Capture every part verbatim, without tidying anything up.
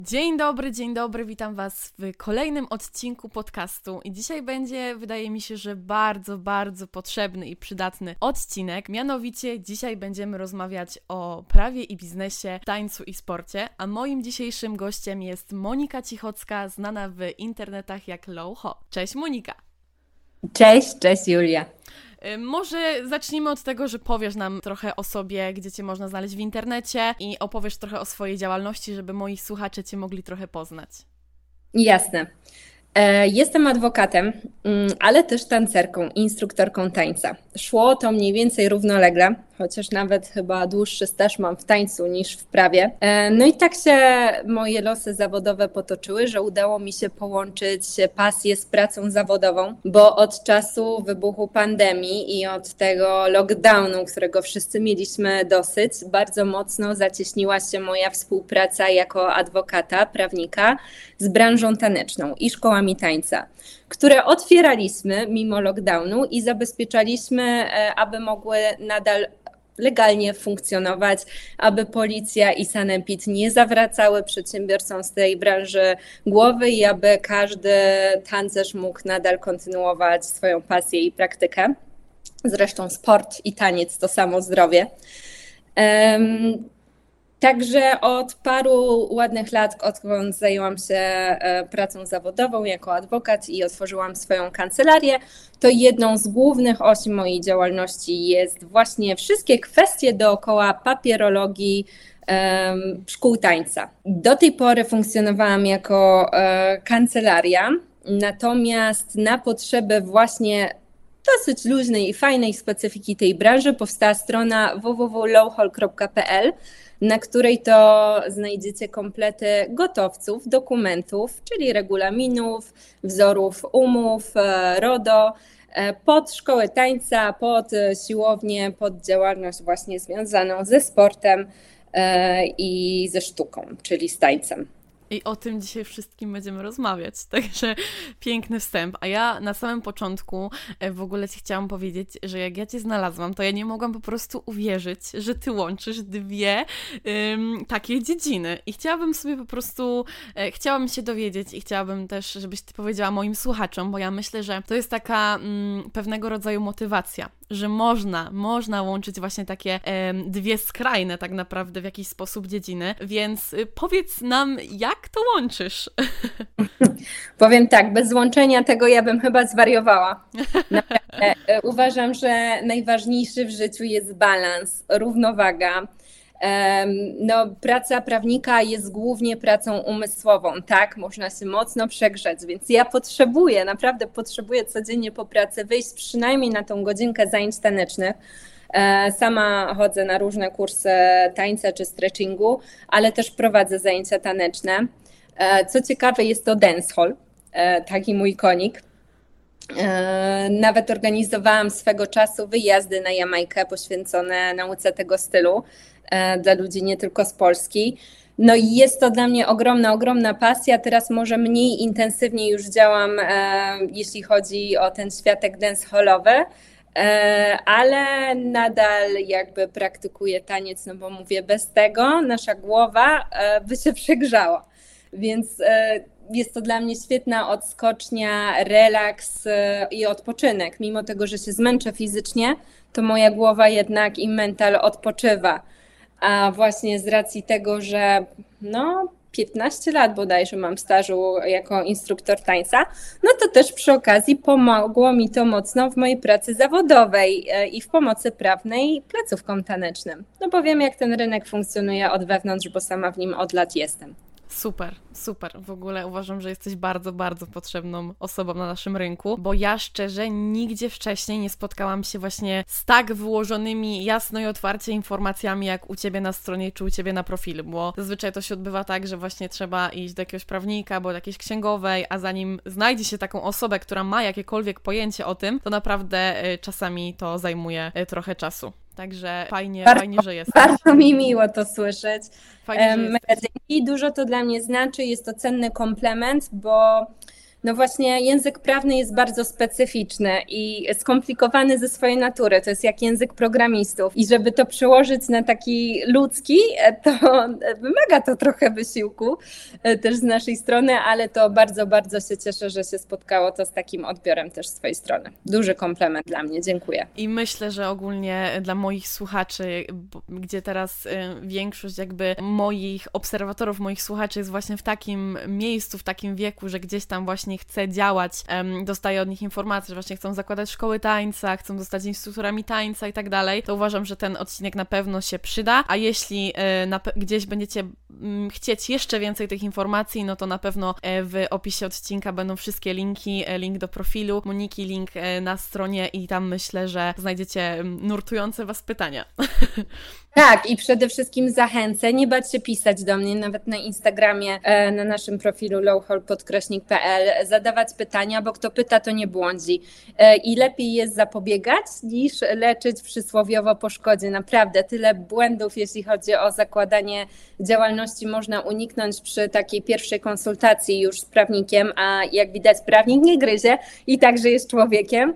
Dzień dobry, dzień dobry, witam Was w kolejnym odcinku podcastu i dzisiaj będzie, wydaje mi się, że bardzo, bardzo potrzebny i przydatny odcinek. Mianowicie dzisiaj będziemy rozmawiać o prawie i biznesie, tańcu i sporcie, a moim dzisiejszym gościem jest Monika Cichocka, znana w internetach jak Low-Ho. Cześć Monika! Cześć, cześć Julia. Może zacznijmy od tego, że powiesz nam trochę o sobie, gdzie Cię można znaleźć w internecie i opowiesz trochę o swojej działalności, żeby moi słuchacze Cię mogli trochę poznać. Jasne. Jestem adwokatem, ale też tancerką, instruktorką tańca. Szło to mniej więcej równolegle, chociaż nawet chyba dłuższy staż mam w tańcu niż w prawie. No i tak się moje losy zawodowe potoczyły, że udało mi się połączyć pasję z pracą zawodową, bo od czasu wybuchu pandemii i od tego lockdownu, którego wszyscy mieliśmy dosyć, bardzo mocno zacieśniła się moja współpraca jako adwokata, prawnika z branżą taneczną i szkołami tańca, które otwieraliśmy mimo lockdownu i zabezpieczaliśmy, aby mogły nadal legalnie funkcjonować, aby policja i sanepid nie zawracały przedsiębiorcom z tej branży głowy i aby każdy tancerz mógł nadal kontynuować swoją pasję i praktykę. Zresztą sport i taniec to samo zdrowie. Um, Także od paru ładnych lat, odkąd zajęłam się pracą zawodową jako adwokat i otworzyłam swoją kancelarię, to jedną z głównych osi mojej działalności jest właśnie wszystkie kwestie dookoła papierologii um, szkół tańca. Do tej pory funkcjonowałam jako um, kancelaria, natomiast na potrzeby właśnie dosyć luźnej i fajnej specyfiki tej branży powstała strona w w w kropka low hall kropka p l, na której to znajdziecie komplety gotowców, dokumentów, czyli regulaminów, wzorów umów, RODO, pod szkołę tańca, pod siłownię, pod działalność właśnie związaną ze sportem i ze sztuką, czyli z tańcem. I o tym dzisiaj wszystkim będziemy rozmawiać, także piękny wstęp. A ja na samym początku w ogóle Ci chciałam powiedzieć, że jak ja Cię znalazłam, to ja nie mogłam po prostu uwierzyć, że Ty łączysz dwie um, takie dziedziny. I chciałabym sobie po prostu, e, chciałabym się dowiedzieć i chciałabym też, żebyś Ty powiedziała moim słuchaczom, bo ja myślę, że to jest taka um, pewnego rodzaju motywacja, że można, można łączyć właśnie takie e, dwie skrajne tak naprawdę w jakiś sposób dziedziny, więc y, powiedz nam, jak to łączysz? Powiem tak, bez łączenia tego ja bym chyba zwariowała. Naprawdę, uważam, że najważniejszy w życiu jest balans, równowaga. No, praca prawnika jest głównie pracą umysłową, tak? Można się mocno przegrzać, więc ja potrzebuję, naprawdę potrzebuję codziennie po pracy wyjść przynajmniej na tą godzinkę zajęć tanecznych. Sama chodzę na różne kursy tańca czy stretchingu, ale też prowadzę zajęcia taneczne. Co ciekawe, jest to dancehall, taki mój konik. Nawet organizowałam swego czasu wyjazdy na Jamajkę poświęcone nauce tego stylu dla ludzi nie tylko z Polski. No i jest to dla mnie ogromna, ogromna pasja. Teraz może mniej intensywnie już działam, jeśli chodzi o ten światek dancehallowy, ale nadal jakby praktykuję taniec, no bo mówię, bez tego nasza głowa by się przegrzała. Więc jest to dla mnie świetna odskocznia, relaks i odpoczynek. Mimo tego, że się zmęczę fizycznie, to moja głowa jednak i mental odpoczywa. A właśnie z racji tego, że no piętnaście lat bodajże mam stażu jako instruktor tańca, no to też przy okazji pomogło mi to mocno w mojej pracy zawodowej i w pomocy prawnej placówkom tanecznym. No bo wiem, jak ten rynek funkcjonuje od wewnątrz, bo sama w nim od lat jestem. Super, super. W ogóle uważam, że jesteś bardzo, bardzo potrzebną osobą na naszym rynku, bo ja szczerze nigdzie wcześniej nie spotkałam się właśnie z tak wyłożonymi jasno i otwarcie informacjami jak u Ciebie na stronie czy u Ciebie na profilu, bo zazwyczaj to się odbywa tak, że właśnie trzeba iść do jakiegoś prawnika albo do jakiejś księgowej, a zanim znajdzie się taką osobę, która ma jakiekolwiek pojęcie o tym, to naprawdę czasami to zajmuje trochę czasu. Także fajnie, bardzo, fajnie, że jesteś. Bardzo mi miło to słyszeć. Fajnie, że jesteś. I dużo to dla mnie znaczy, jest to cenny komplement, bo No właśnie język prawny jest bardzo specyficzny i skomplikowany ze swojej natury. To jest jak język programistów. I żeby to przełożyć na taki ludzki, to wymaga to trochę wysiłku też z naszej strony, ale to bardzo, bardzo się cieszę, że się spotkało to z takim odbiorem też z twojej strony. Duży komplement dla mnie. Dziękuję. I myślę, że ogólnie dla moich słuchaczy, gdzie teraz większość jakby moich obserwatorów, moich słuchaczy jest właśnie w takim miejscu, w takim wieku, że gdzieś tam właśnie chce działać, um, dostaje od nich informacje, że właśnie chcą zakładać szkoły tańca, chcą zostać instruktorami tańca i tak dalej, to uważam, że ten odcinek na pewno się przyda, a jeśli y, na, gdzieś będziecie y, chcieć jeszcze więcej tych informacji, no to na pewno y, w opisie odcinka będą wszystkie linki, y, link do profilu Moniki, link y, na stronie i tam myślę, że znajdziecie y, nurtujące Was pytania. Tak, i przede wszystkim zachęcę, nie bać się pisać do mnie, nawet na Instagramie, na naszym profilu lowhall podkreśnik kropka p l, zadawać pytania, bo kto pyta, to nie błądzi. I lepiej jest zapobiegać, niż leczyć przysłowiowo po szkodzie. Naprawdę, tyle błędów, jeśli chodzi o zakładanie działalności, można uniknąć przy takiej pierwszej konsultacji już z prawnikiem, a jak widać prawnik nie gryzie i także jest człowiekiem.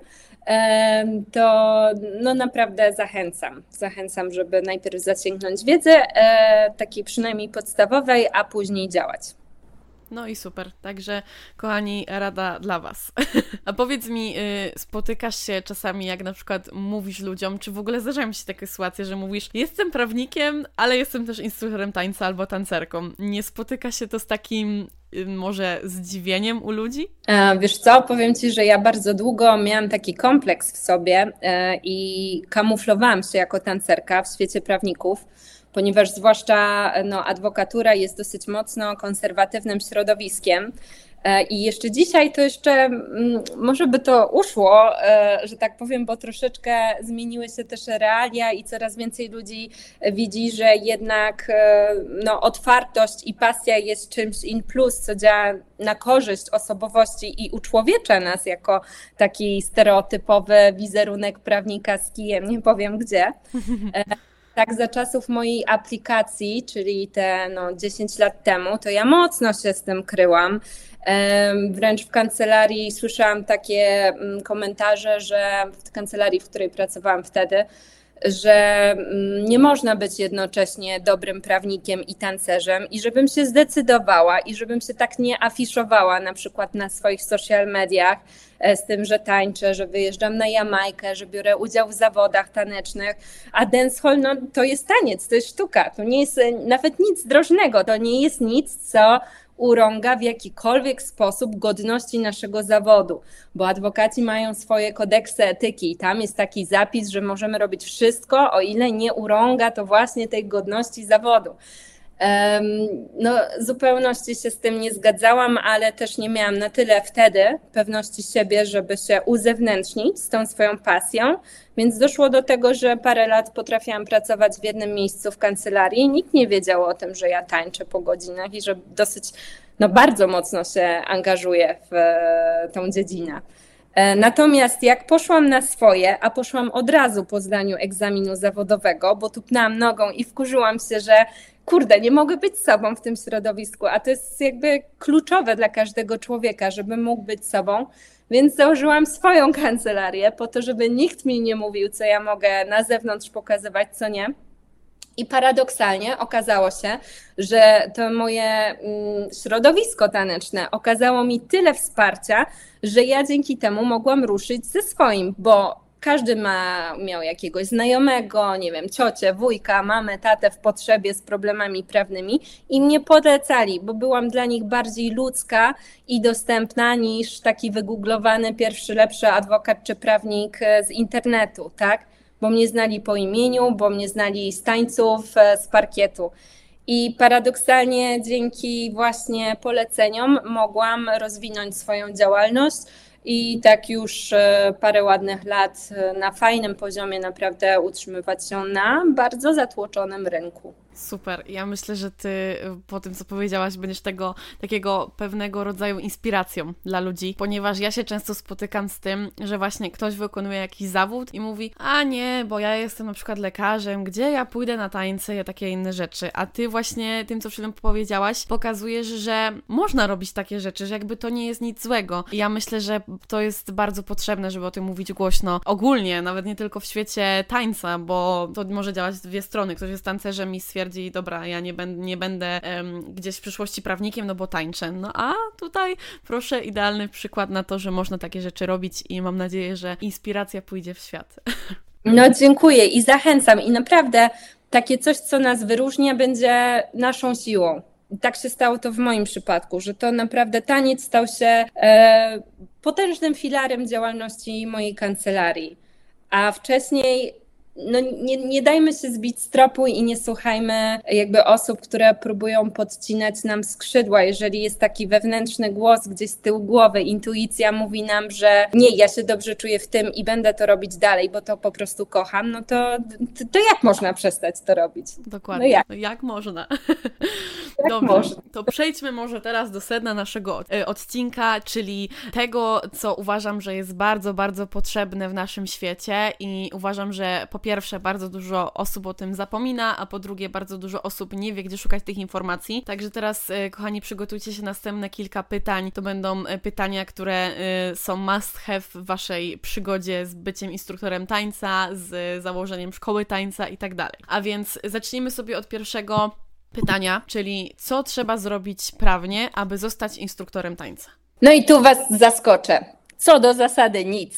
To no naprawdę zachęcam, zachęcam, żeby najpierw zasięgnąć wiedzy, e, takiej przynajmniej podstawowej, a później działać. No i super, także kochani, rada dla Was. A powiedz mi, spotykasz się czasami, jak na przykład mówisz ludziom, czy w ogóle zdarzają się takie sytuacje, że mówisz, jestem prawnikiem, ale jestem też instruktorem tańca albo tancerką. Nie spotyka się to z takim może zdziwieniem u ludzi? E, wiesz co, powiem Ci, że ja bardzo długo miałam taki kompleks w sobie e, i kamuflowałam się jako tancerka w świecie prawników, ponieważ zwłaszcza no, adwokatura jest dosyć mocno konserwatywnym środowiskiem i jeszcze dzisiaj to jeszcze może by to uszło, że tak powiem, bo troszeczkę zmieniły się też realia i coraz więcej ludzi widzi, że jednak no, otwartość i pasja jest czymś in plus, co działa na korzyść osobowości i uczłowiecza nas jako taki stereotypowy wizerunek prawnika z kijem, nie powiem gdzie. Tak, za czasów mojej aplikacji, czyli te no, dziesięć lat temu, to ja mocno się z tym kryłam. Wręcz w kancelarii słyszałam takie komentarze, że w kancelarii, w której pracowałam wtedy, że nie można być jednocześnie dobrym prawnikiem i tancerzem i żebym się zdecydowała i żebym się tak nie afiszowała na przykład na swoich social mediach z tym, że tańczę, że wyjeżdżam na Jamajkę, że biorę udział w zawodach tanecznych, a dancehall no, to jest taniec, to jest sztuka, to nie jest nawet nic drożnego, to nie jest nic, co urąga w jakikolwiek sposób godności naszego zawodu, bo adwokaci mają swoje kodeksy etyki i tam jest taki zapis, że możemy robić wszystko, o ile nie urąga to właśnie tej godności zawodu. No, w zupełności się z tym nie zgadzałam, ale też nie miałam na tyle wtedy pewności siebie, żeby się uzewnętrznić z tą swoją pasją, więc doszło do tego, że parę lat potrafiłam pracować w jednym miejscu w kancelarii i nikt nie wiedział o tym, że ja tańczę po godzinach i że dosyć, no bardzo mocno się angażuję w tą dziedzinę. Natomiast jak poszłam na swoje, a poszłam od razu po zdaniu egzaminu zawodowego, bo tupnęłam nogą i wkurzyłam się, że kurde, nie mogę być sobą w tym środowisku, a to jest jakby kluczowe dla każdego człowieka, żeby mógł być sobą, więc założyłam swoją kancelarię po to, żeby nikt mi nie mówił, co ja mogę na zewnątrz pokazywać, co nie. I paradoksalnie okazało się, że to moje środowisko taneczne okazało mi tyle wsparcia, że ja dzięki temu mogłam ruszyć ze swoim, bo każdy ma, miał jakiegoś znajomego, nie wiem, ciocię, wujka, mamę, tatę w potrzebie z problemami prawnymi i mnie polecali, bo byłam dla nich bardziej ludzka i dostępna niż taki wygooglowany pierwszy lepszy adwokat czy prawnik z internetu, tak? Bo mnie znali po imieniu, bo mnie znali z tańców, z parkietu. I paradoksalnie dzięki właśnie poleceniom mogłam rozwinąć swoją działalność i tak już parę ładnych lat na fajnym poziomie naprawdę utrzymywać się na bardzo zatłoczonym rynku. Super. Ja myślę, że ty po tym, co powiedziałaś, będziesz tego takiego pewnego rodzaju inspiracją dla ludzi, ponieważ ja się często spotykam z tym, że właśnie ktoś wykonuje jakiś zawód i mówi, a nie, bo ja jestem na przykład lekarzem, gdzie ja pójdę na tańce i takie inne rzeczy, a ty właśnie tym, co przed chwilą powiedziałaś, pokazujesz, że można robić takie rzeczy, że jakby to nie jest nic złego. I ja myślę, że to jest bardzo potrzebne, żeby o tym mówić głośno, ogólnie, nawet nie tylko w świecie tańca, bo to może działać w dwie strony. Ktoś jest tancerzem i stwierdzi, dobra, ja nie, ben, nie będę um, gdzieś w przyszłości prawnikiem, no bo tańczę. No a tutaj proszę, idealny przykład na to, że można takie rzeczy robić i mam nadzieję, że inspiracja pójdzie w świat. No dziękuję i zachęcam i naprawdę takie coś, co nas wyróżnia, będzie naszą siłą. I tak się stało to w moim przypadku, że to naprawdę taniec stał się e, potężnym filarem działalności mojej kancelarii, a wcześniej no nie, nie dajmy się zbić z tropu i nie słuchajmy jakby osób, które próbują podcinać nam skrzydła. Jeżeli jest taki wewnętrzny głos gdzieś z tyłu głowy, intuicja mówi nam, że nie, ja się dobrze czuję w tym i będę to robić dalej, bo to po prostu kocham, no to, to, to jak można przestać to robić? Dokładnie. No jak? No jak można? Jak Dobrze, można? to przejdźmy może teraz do sedna naszego odcinka, czyli tego, co uważam, że jest bardzo, bardzo potrzebne w naszym świecie i uważam, że po pierwsze bardzo dużo osób o tym zapomina, a po drugie bardzo dużo osób nie wie, gdzie szukać tych informacji. Także teraz, kochani, przygotujcie się następne kilka pytań. To będą pytania, które są must have w waszej przygodzie z byciem instruktorem tańca, z założeniem szkoły tańca i tak dalej. A więc zacznijmy sobie od pierwszego pytania, czyli co trzeba zrobić prawnie, aby zostać instruktorem tańca? No i tu was zaskoczę. Co do zasady nic.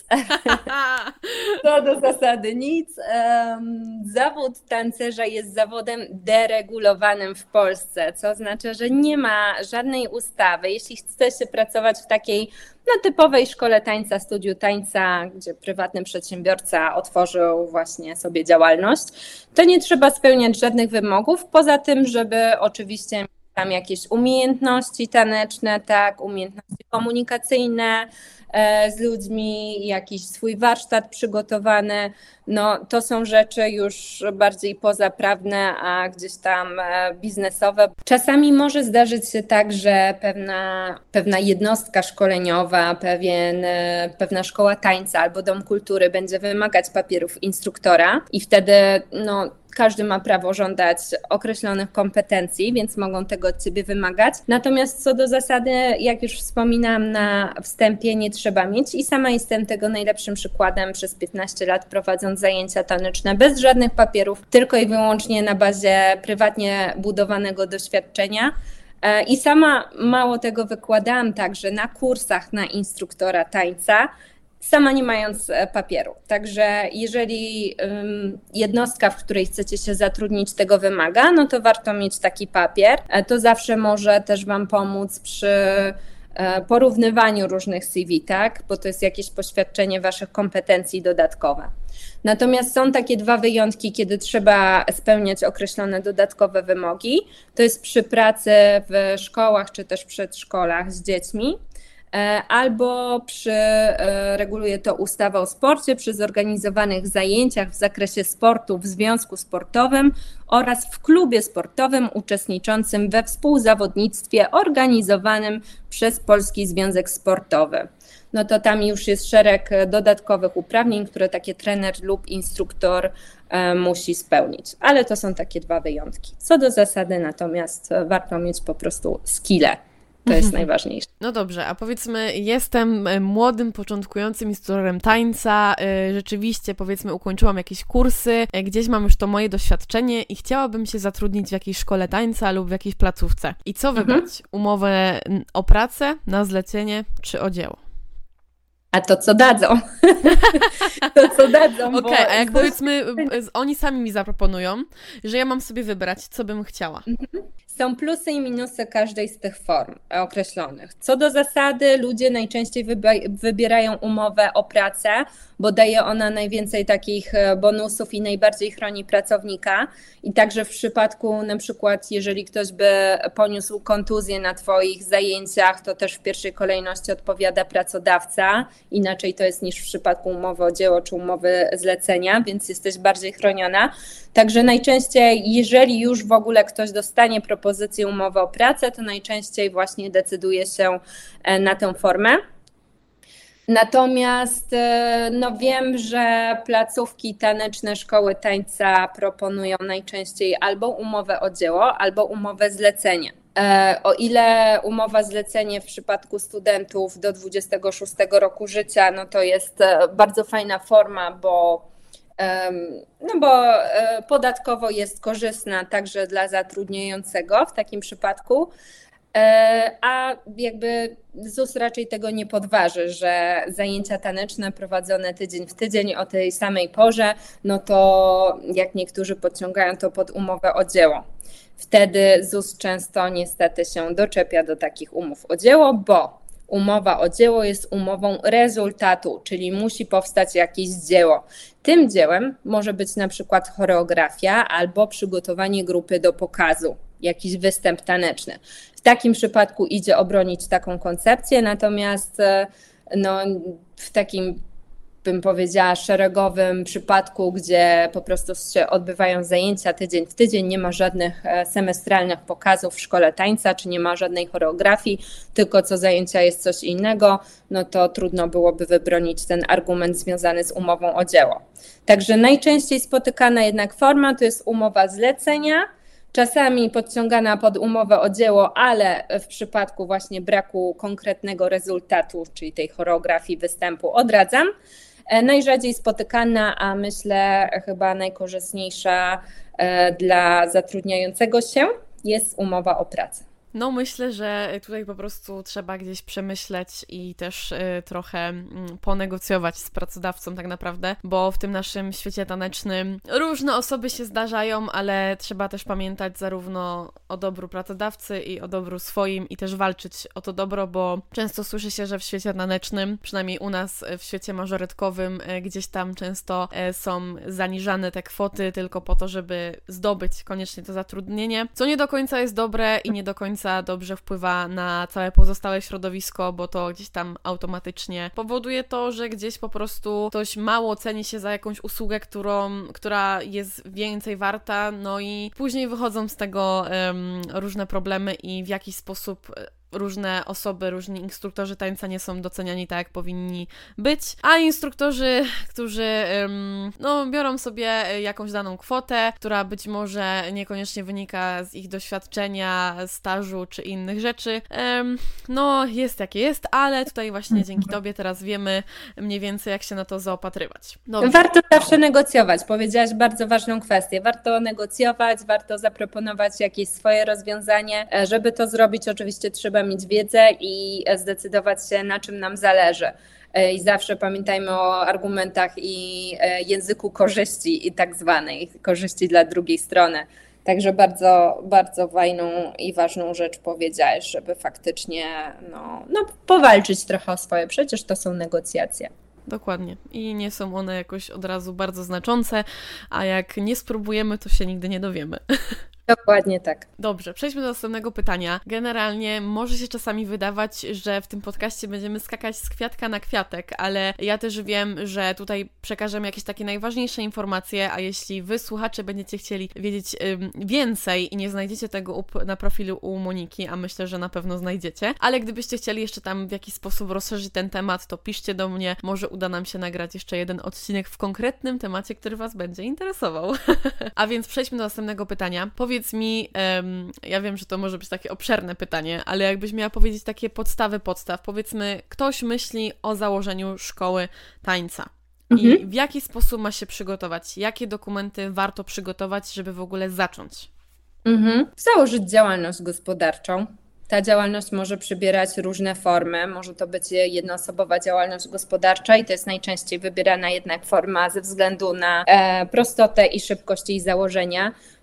Co do zasady nic. Um, zawód tancerza jest zawodem deregulowanym w Polsce, co oznacza, że nie ma żadnej ustawy. Jeśli chce się pracować w takiej no, typowej szkole tańca, studiu tańca, gdzie prywatny przedsiębiorca otworzył właśnie sobie działalność, to nie trzeba spełniać żadnych wymogów, poza tym, żeby oczywiście mieć tam jakieś umiejętności taneczne, tak, umiejętności komunikacyjne, z ludźmi, jakiś swój warsztat przygotowany, no to są rzeczy już bardziej pozaprawne, a gdzieś tam biznesowe. Czasami może zdarzyć się tak, że pewna, pewna jednostka szkoleniowa, pewien, pewna szkoła tańca albo dom kultury będzie wymagać papierów instruktora i wtedy no każdy ma prawo żądać określonych kompetencji, więc mogą tego od ciebie wymagać. Natomiast co do zasady, jak już wspominałam na wstępie, nie trzeba mieć i sama jestem tego najlepszym przykładem przez piętnaście lat prowadząc zajęcia taneczne bez żadnych papierów, tylko i wyłącznie na bazie prywatnie budowanego doświadczenia. I sama mało tego wykładałam także na kursach na instruktora tańca, sama nie mając papieru. Także jeżeli um, jednostka, w której chcecie się zatrudnić, tego wymaga, no to warto mieć taki papier. To zawsze może też wam pomóc przy porównywaniu różnych C V, tak? Bo to jest jakieś poświadczenie waszych kompetencji dodatkowe. Natomiast są takie dwa wyjątki, kiedy trzeba spełniać określone dodatkowe wymogi. To jest przy pracy w szkołach czy też przedszkolach z dziećmi, albo przy, reguluje to ustawa o sporcie, przy zorganizowanych zajęciach w zakresie sportu w związku sportowym oraz w klubie sportowym uczestniczącym we współzawodnictwie organizowanym przez Polski Związek Sportowy. No to tam już jest szereg dodatkowych uprawnień, które taki trener lub instruktor musi spełnić. Ale to są takie dwa wyjątki. Co do zasady natomiast warto mieć po prostu skille. To jest najważniejsze. No dobrze, a powiedzmy, jestem młodym, początkującym instruktorem tańca, rzeczywiście powiedzmy ukończyłam jakieś kursy, gdzieś mam już to moje doświadczenie i chciałabym się zatrudnić w jakiejś szkole tańca lub w jakiejś placówce. I co wybrać? Mhm. Umowę o pracę, na zlecenie czy o dzieło? A to co dadzą? To co dadzą. Okej, okay, a jak powiedzmy, oni sami mi zaproponują, że ja mam sobie wybrać, co bym chciała. Są plusy i minusy każdej z tych form określonych. Co do zasady, ludzie najczęściej wybierają umowę o pracę, bo daje ona najwięcej takich bonusów i najbardziej chroni pracownika. I także w przypadku na przykład, jeżeli ktoś by poniósł kontuzję na twoich zajęciach, to też w pierwszej kolejności odpowiada pracodawca. Inaczej to jest niż w przypadku umowy o dzieło czy umowy zlecenia, więc jesteś bardziej chroniona. Także najczęściej, jeżeli już w ogóle ktoś dostanie propozycję umowy o pracę, to najczęściej właśnie decyduje się na tę formę. Natomiast no wiem, że placówki taneczne, szkoły tańca proponują najczęściej albo umowę o dzieło, albo umowę zlecenie. O ile umowa zlecenie w przypadku studentów do dwudziestego szóstego roku życia, no to jest bardzo fajna forma, bo, no bo podatkowo jest korzystna także dla zatrudniającego w takim przypadku. A jakby ZUS raczej tego nie podważy, że zajęcia taneczne prowadzone tydzień w tydzień o tej samej porze, no to jak niektórzy podciągają to pod umowę o dzieło. Wtedy ZUS często niestety się doczepia do takich umów o dzieło, bo umowa o dzieło jest umową rezultatu, czyli musi powstać jakieś dzieło. Tym dziełem może być na przykład choreografia albo przygotowanie grupy do pokazu, jakiś występ taneczny. W takim przypadku idzie obronić taką koncepcję, natomiast no, w takim, bym powiedziała, szeregowym przypadku, gdzie po prostu się odbywają zajęcia tydzień w tydzień, nie ma żadnych semestralnych pokazów w szkole tańca, czy nie ma żadnej choreografii, tylko co zajęcia jest coś innego, no to trudno byłoby wybronić ten argument związany z umową o dzieło. Także najczęściej spotykana jednak forma to jest umowa zlecenia, czasami podciągana pod umowę o dzieło, ale w przypadku właśnie braku konkretnego rezultatu, czyli tej choreografii występu, odradzam. Najrzadziej spotykana, a myślę chyba najkorzystniejsza dla zatrudniającego się jest umowa o pracę. No myślę, że tutaj po prostu trzeba gdzieś przemyśleć i też y, trochę y, ponegocjować z pracodawcą tak naprawdę, bo w tym naszym świecie tanecznym różne osoby się zdarzają, ale trzeba też pamiętać zarówno o dobru pracodawcy i o dobru swoim i też walczyć o to dobro, bo często słyszy się, że w świecie tanecznym, przynajmniej u nas w świecie mażoretkowym, y, gdzieś tam często y, są zaniżane te kwoty tylko po to, żeby zdobyć koniecznie to zatrudnienie, co nie do końca jest dobre i nie do końca dobrze wpływa na całe pozostałe środowisko, bo to gdzieś tam automatycznie powoduje to, że gdzieś po prostu ktoś mało ceni się za jakąś usługę, którą, która jest więcej warta, no i później wychodzą z tego um, różne problemy i w jakiś sposób różne osoby, różni instruktorzy tańca nie są doceniani tak, jak powinni być, a instruktorzy, którzy um, no, biorą sobie jakąś daną kwotę, która być może niekoniecznie wynika z ich doświadczenia, stażu czy innych rzeczy, um, no jest jakie jest, ale tutaj właśnie dzięki Tobie teraz wiemy mniej więcej, jak się na to zaopatrywać. Dobrze. Warto zawsze negocjować, powiedziałaś bardzo ważną kwestię, warto negocjować, warto zaproponować jakieś swoje rozwiązanie, żeby to zrobić oczywiście trzeba mieć wiedzę i zdecydować się, na czym nam zależy. I zawsze pamiętajmy o argumentach i języku korzyści i tak zwanej korzyści dla drugiej strony. Także bardzo, bardzo fajną i ważną rzecz powiedziałeś, żeby faktycznie no, no, powalczyć trochę o swoje, przecież to są negocjacje. Dokładnie. I nie są one jakoś od razu bardzo znaczące, a jak nie spróbujemy, to się nigdy nie dowiemy. Dokładnie tak. Dobrze, przejdźmy do następnego pytania. Generalnie może się czasami wydawać, że w tym podcaście będziemy skakać z kwiatka na kwiatek, ale ja też wiem, że tutaj przekażemy jakieś takie najważniejsze informacje, a jeśli wy, słuchacze, będziecie chcieli wiedzieć ym, więcej i nie znajdziecie tego na profilu u Moniki, a myślę, że na pewno znajdziecie, ale gdybyście chcieli jeszcze tam w jakiś sposób rozszerzyć ten temat, to piszcie do mnie, może uda nam się nagrać jeszcze jeden odcinek w konkretnym temacie, który was będzie interesował. A więc przejdźmy do następnego pytania. Powiedz mi, um, ja wiem, że to może być takie obszerne pytanie, ale jakbyś miała powiedzieć takie podstawy podstaw, powiedzmy, ktoś myśli o założeniu szkoły tańca mhm. i w jaki sposób ma się przygotować, jakie dokumenty warto przygotować, żeby w ogóle zacząć? Mhm. Założyć działalność gospodarczą. Ta działalność może przybierać różne formy, może to być jednoosobowa działalność gospodarcza i to jest najczęściej wybierana jednak forma ze względu na e, prostotę i szybkość jej założenia.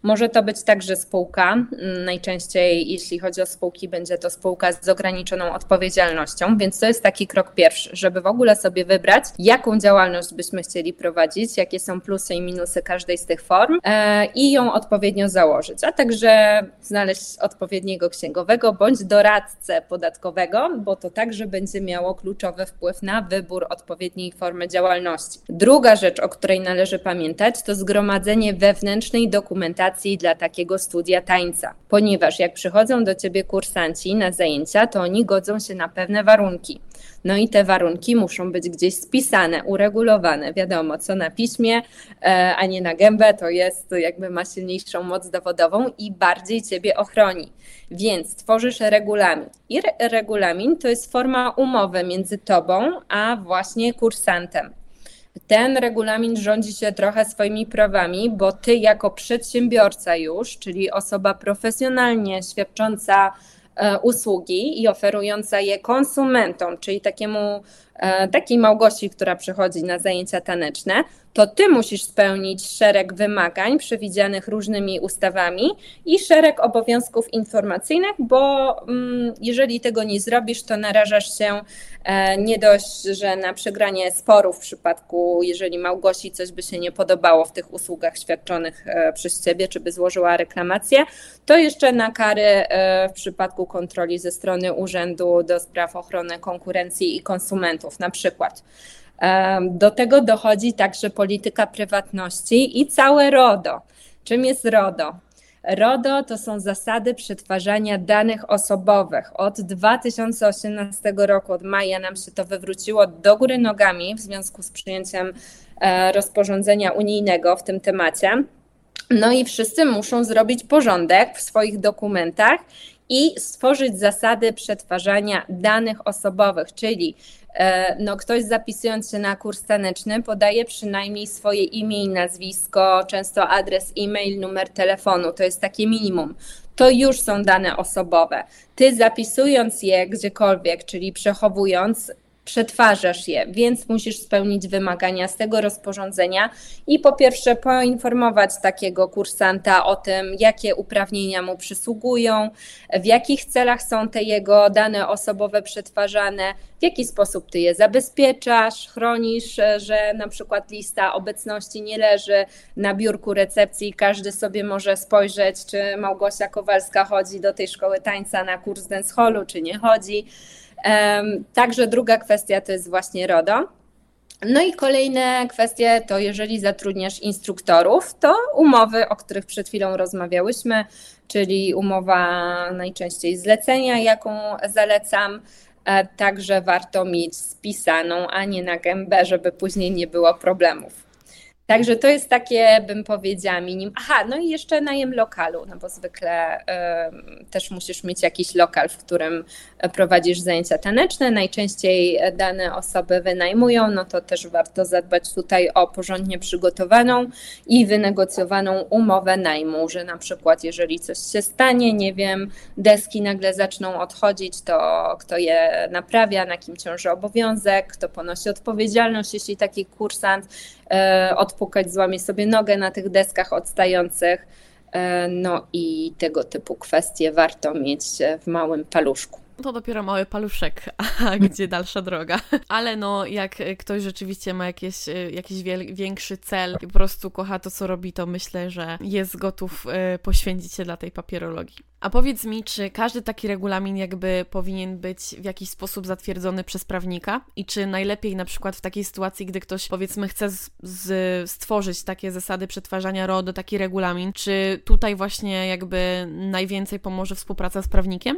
Może to być także spółka, najczęściej jeśli chodzi o spółki będzie to spółka z ograniczoną odpowiedzialnością, więc to jest taki krok pierwszy, żeby w ogóle sobie wybrać, jaką działalność byśmy chcieli prowadzić, jakie są plusy i minusy każdej z tych form e, i ją odpowiednio założyć, a także znaleźć odpowiedniego księgowego bądź doradcę podatkowego, bo to także będzie miało kluczowy wpływ na wybór odpowiedniej formy działalności. Druga rzecz, o której należy pamiętać, to zgromadzenie wewnętrznej dokumentacji dla takiego studia tańca, ponieważ jak przychodzą do Ciebie kursanci na zajęcia, to oni godzą się na pewne warunki. No i te warunki muszą być gdzieś spisane, uregulowane. Wiadomo, co na piśmie, a nie na gębę, to jest jakby ma silniejszą moc dowodową i bardziej Ciebie ochroni. Więc tworzysz regulamin. I re- regulamin to jest forma umowy między Tobą a właśnie kursantem. Ten regulamin rządzi się trochę swoimi prawami, bo Ty jako przedsiębiorca już, czyli osoba profesjonalnie świadcząca usługi i oferująca je konsumentom, czyli takiemu, takiej Małgosi, która przychodzi na zajęcia taneczne, to Ty musisz spełnić szereg wymagań przewidzianych różnymi ustawami i szereg obowiązków informacyjnych, bo jeżeli tego nie zrobisz, to narażasz się nie dość, że na przegranie sporu w przypadku, jeżeli Małgosi coś by się nie podobało w tych usługach świadczonych przez Ciebie, czy by złożyła reklamację, to jeszcze na kary w przypadku kontroli ze strony Urzędu do Spraw Ochrony Konkurencji i Konsumentów na przykład. Do tego dochodzi także polityka prywatności i całe RODO. Czym jest RODO? RODO to są zasady przetwarzania danych osobowych. Od dwa tysiące osiemnastego roku, od maja nam się to wywróciło do góry nogami w związku z przyjęciem rozporządzenia unijnego w tym temacie. No i wszyscy muszą zrobić porządek w swoich dokumentach i stworzyć zasady przetwarzania danych osobowych, czyli no, ktoś zapisując się na kurs taneczny podaje przynajmniej swoje imię i nazwisko, często adres e-mail, numer telefonu, to jest takie minimum. To już są dane osobowe. Ty zapisując je gdziekolwiek, czyli przechowując, przetwarzasz je, więc musisz spełnić wymagania z tego rozporządzenia i po pierwsze poinformować takiego kursanta o tym, jakie uprawnienia mu przysługują, w jakich celach są te jego dane osobowe przetwarzane, w jaki sposób ty je zabezpieczasz, chronisz, że na przykład lista obecności nie leży na biurku recepcji, każdy sobie może spojrzeć, czy Małgosia Kowalska chodzi do tej szkoły tańca na kurs dance hallu, czy nie chodzi. Także druga kwestia to jest właśnie RODO. No i kolejne kwestie to jeżeli zatrudniasz instruktorów, to umowy, o których przed chwilą rozmawiałyśmy, czyli umowa najczęściej zlecenia, jaką zalecam, także warto mieć spisaną, a nie na gębę, żeby później nie było problemów. Także to jest takie, bym powiedziała, minim. Aha, no i jeszcze najem lokalu, no bo zwykle y, też musisz mieć jakiś lokal, w którym prowadzisz zajęcia taneczne. Najczęściej dane osoby wynajmują, no to też warto zadbać tutaj o porządnie przygotowaną i wynegocjowaną umowę najmu, że na przykład jeżeli coś się stanie, nie wiem, deski nagle zaczną odchodzić, to kto je naprawia, na kim ciąży obowiązek, kto ponosi odpowiedzialność, jeśli taki kursant y, odpukać, złamie sobie nogę na tych deskach odstających, no i tego typu kwestie warto mieć w małym paluszku. To dopiero mały paluszek, a gdzie dalsza droga. Ale no, jak ktoś rzeczywiście ma jakieś, jakiś wiel- większy cel i po prostu kocha to, co robi, to myślę, że jest gotów poświęcić się dla tej papierologii. A powiedz mi, czy każdy taki regulamin jakby powinien być w jakiś sposób zatwierdzony przez prawnika? I czy najlepiej na przykład w takiej sytuacji, gdy ktoś powiedzmy chce z, z, stworzyć takie zasady przetwarzania RODO, taki regulamin, czy tutaj właśnie jakby najwięcej pomoże współpraca z prawnikiem?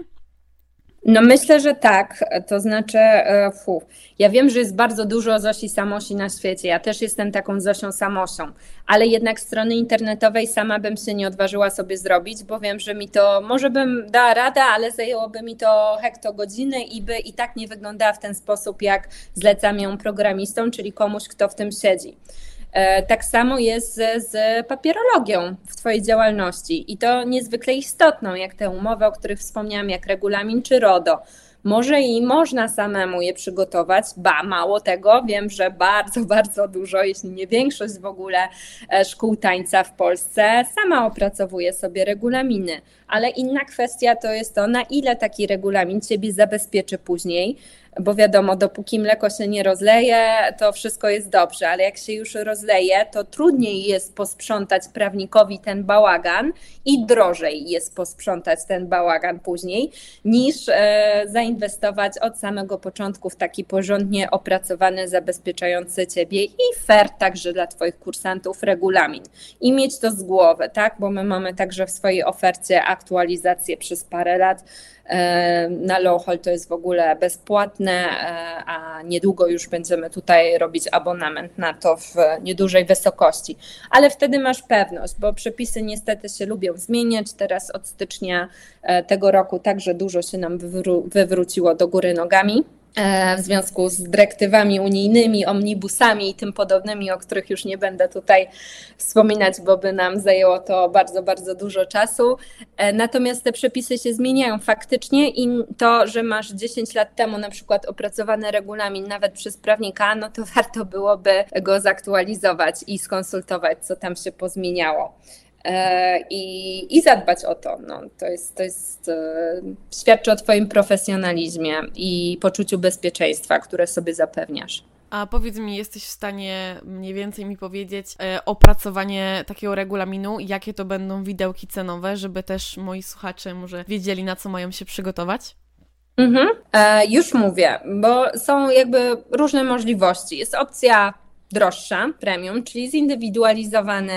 No myślę, że tak, to znaczy, fu, ja wiem, że jest bardzo dużo Zosi Samosi na świecie, ja też jestem taką Zosią Samosią, ale jednak strony internetowej sama bym się nie odważyła sobie zrobić, bo wiem, że mi to, może bym dała radę, ale zajęłoby mi to hektogodziny i by i tak nie wyglądała w ten sposób, jak zlecam ją programistom, czyli komuś, kto w tym siedzi. Tak samo jest z, z papierologią w Twojej działalności i to niezwykle istotną, jak te umowy, o których wspomniałam, jak regulamin czy RODO. Może i można samemu je przygotować, ba, mało tego, wiem, że bardzo, bardzo dużo, jeśli nie większość w ogóle szkół tańca w Polsce sama opracowuje sobie regulaminy, ale inna kwestia to jest to, na ile taki regulamin Ciebie zabezpieczy później, bo wiadomo, dopóki mleko się nie rozleje, to wszystko jest dobrze, ale jak się już rozleje, to trudniej jest posprzątać prawnikowi ten bałagan i drożej jest posprzątać ten bałagan później, niż e, zainwestować od samego początku w taki porządnie opracowany, zabezpieczający Ciebie i fair także dla Twoich kursantów regulamin. I mieć to z głowy, tak? Bo my mamy także w swojej ofercie aktualizację przez parę lat. Na Lowhall to jest w ogóle bezpłatne, a niedługo już będziemy tutaj robić abonament na to w niedużej wysokości. Ale wtedy masz pewność, bo przepisy niestety się lubią zmieniać. Teraz od stycznia tego roku także dużo się nam wywró- wywróciło do góry nogami w związku z dyrektywami unijnymi, omnibusami i tym podobnymi, o których już nie będę tutaj wspominać, bo by nam zajęło to bardzo, bardzo dużo czasu. Natomiast te przepisy się zmieniają faktycznie i to, że masz dziesięć lat temu na przykład opracowany regulamin nawet przez prawnika, no to warto byłoby go zaktualizować i skonsultować, co tam się pozmieniało. I, i zadbać o to. No, to jest, to jest, świadczy o Twoim profesjonalizmie i poczuciu bezpieczeństwa, które sobie zapewniasz. A powiedz mi, jesteś w stanie mniej więcej mi powiedzieć e, opracowanie takiego regulaminu, jakie to będą widełki cenowe, żeby też moi słuchacze może wiedzieli, na co mają się przygotować? Mhm. E, już mówię, bo są jakby różne możliwości. Jest opcja droższa, premium, czyli zindywidualizowany,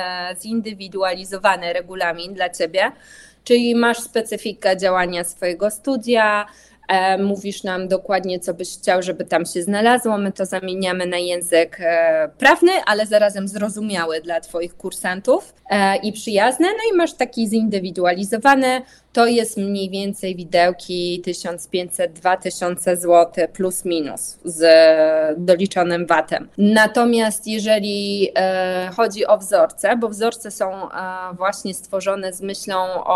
zindywidualizowany regulamin dla Ciebie, czyli masz specyfikę działania swojego studia, mówisz nam dokładnie, co byś chciał, żeby tam się znalazło, my to zamieniamy na język prawny, ale zarazem zrozumiały dla Twoich kursantów i przyjazny, no i masz taki zindywidualizowany, to jest mniej więcej widełki tysiąc pięćset do dwóch tysięcy złotych plus minus z doliczonym vatem. Natomiast jeżeli chodzi o wzorce, bo wzorce są właśnie stworzone z myślą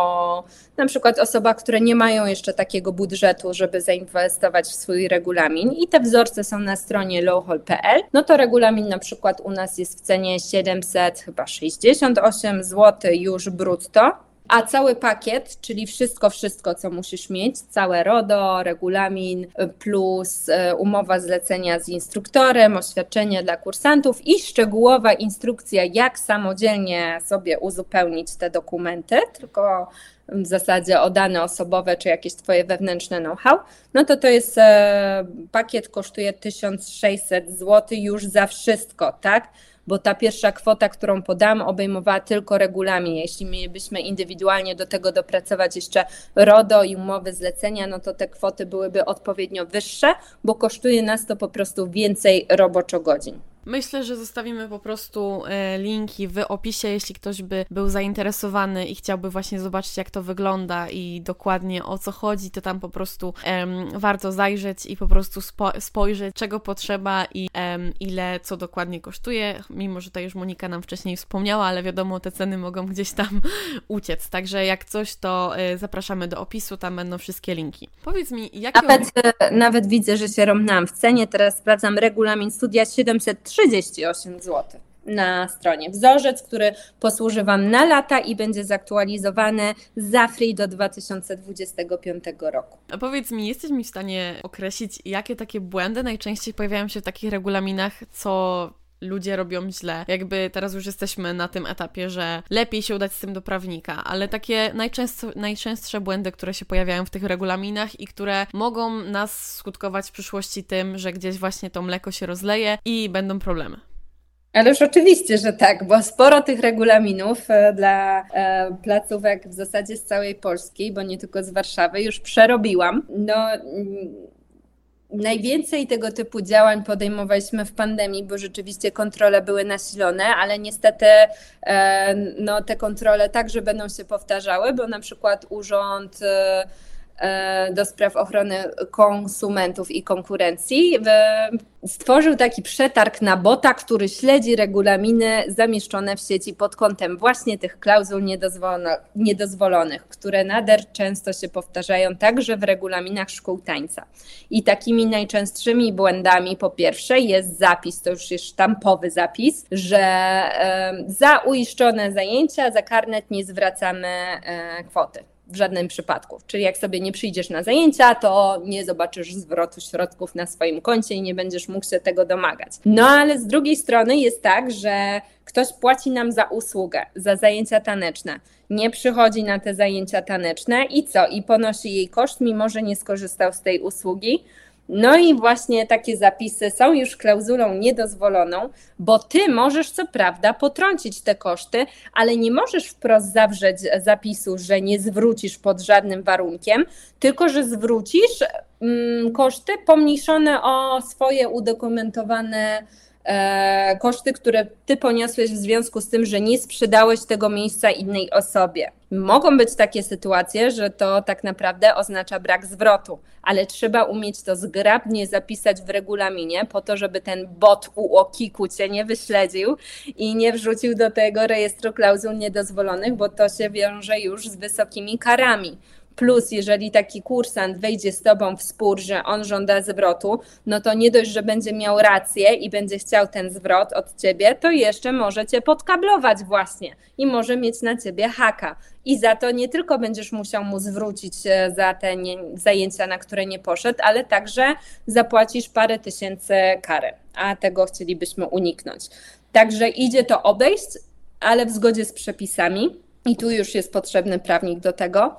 o na przykład osobach, które nie mają jeszcze takiego budżetu, żeby zainwestować w swój regulamin i te wzorce są na stronie lowhall kropka p l, no to regulamin na przykład u nas jest w cenie siedemset chyba sześćdziesiąt osiem złotych już brutto. A cały pakiet, czyli wszystko, wszystko, co musisz mieć, całe RODO, regulamin plus umowa zlecenia z instruktorem, oświadczenie dla kursantów i szczegółowa instrukcja, jak samodzielnie sobie uzupełnić te dokumenty, tylko w zasadzie o dane osobowe czy jakieś Twoje wewnętrzne know-how, no to to jest pakiet, kosztuje tysiąc sześćset złotych już za wszystko, tak? Bo ta pierwsza kwota, którą podam, obejmowała tylko regulamin. Jeśli mielibyśmy indywidualnie do tego dopracować jeszcze RODO i umowy zlecenia, no to te kwoty byłyby odpowiednio wyższe, bo kosztuje nas to po prostu więcej roboczo-godzin. Myślę, że zostawimy po prostu linki w opisie, jeśli ktoś by był zainteresowany i chciałby właśnie zobaczyć, jak to wygląda i dokładnie o co chodzi, to tam po prostu um, warto zajrzeć i po prostu spo, spojrzeć, czego potrzeba i um, ile co dokładnie kosztuje, mimo że tutaj już Monika nam wcześniej wspomniała, ale wiadomo, te ceny mogą gdzieś tam uciec, także jak coś, to y, zapraszamy do opisu, tam będą wszystkie linki. Powiedz mi, jakie... Nawet, nawet widzę, że się romnęłam w cenie, teraz sprawdzam regulamin studia siedemset trzydzieści osiem złotych na stronie. Wzorzec, który posłuży Wam na lata i będzie zaktualizowany za free do dwa tysiące dwudziestego piątego roku. A powiedz mi, jesteś mi w stanie określić, jakie takie błędy najczęściej pojawiają się w takich regulaminach, co ludzie robią źle? Jakby teraz już jesteśmy na tym etapie, że lepiej się udać z tym do prawnika, ale takie najczęstsze, najczęstsze błędy, które się pojawiają w tych regulaminach i które mogą nas skutkować w przyszłości tym, że gdzieś właśnie to mleko się rozleje i będą problemy. Ależ oczywiście, że tak, bo sporo tych regulaminów dla placówek w zasadzie z całej Polski, bo nie tylko z Warszawy, już przerobiłam. No, najwięcej tego typu działań podejmowaliśmy w pandemii, bo rzeczywiście kontrole były nasilone, ale niestety no, te kontrole także będą się powtarzały, bo na przykład Urząd do spraw ochrony konsumentów i konkurencji stworzył taki przetarg na bota, który śledzi regulaminy zamieszczone w sieci pod kątem właśnie tych klauzul niedozwolonych, które nader często się powtarzają także w regulaminach szkół tańca. I takimi najczęstszymi błędami po pierwsze jest zapis, to już jest sztampowy zapis, że za uiszczone zajęcia, za karnet nie zwracamy kwoty. W żadnym przypadku. Czyli jak sobie nie przyjdziesz na zajęcia, to nie zobaczysz zwrotu środków na swoim koncie i nie będziesz mógł się tego domagać. No ale z drugiej strony jest tak, że ktoś płaci nam za usługę, za zajęcia taneczne, nie przychodzi na te zajęcia taneczne i co? I ponosi jej koszt, mimo że nie skorzystał z tej usługi. No i właśnie takie zapisy są już klauzulą niedozwoloną, bo ty możesz co prawda potrącić te koszty, ale nie możesz wprost zawrzeć zapisu, że nie zwrócisz pod żadnym warunkiem, tylko że zwrócisz mm, koszty pomniejszone o swoje udokumentowane e, koszty, które ty poniosłeś w związku z tym, że nie sprzedałeś tego miejsca innej osobie. Mogą być takie sytuacje, że to tak naprawdę oznacza brak zwrotu, ale trzeba umieć to zgrabnie zapisać w regulaminie po to, żeby ten bot u O K I K-u cię nie wyśledził i nie wrzucił do tego rejestru klauzul niedozwolonych, bo to się wiąże już z wysokimi karami. Plus, jeżeli taki kursant wejdzie z tobą w spór, że on żąda zwrotu, no to nie dość, że będzie miał rację i będzie chciał ten zwrot od ciebie, to jeszcze może cię podkablować właśnie i może mieć na ciebie haka. I za to nie tylko będziesz musiał mu zwrócić za te nie, zajęcia, na które nie poszedł, ale także zapłacisz parę tysięcy kary, a tego chcielibyśmy uniknąć. Także idzie to obejść, ale w zgodzie z przepisami i tu już jest potrzebny prawnik do tego.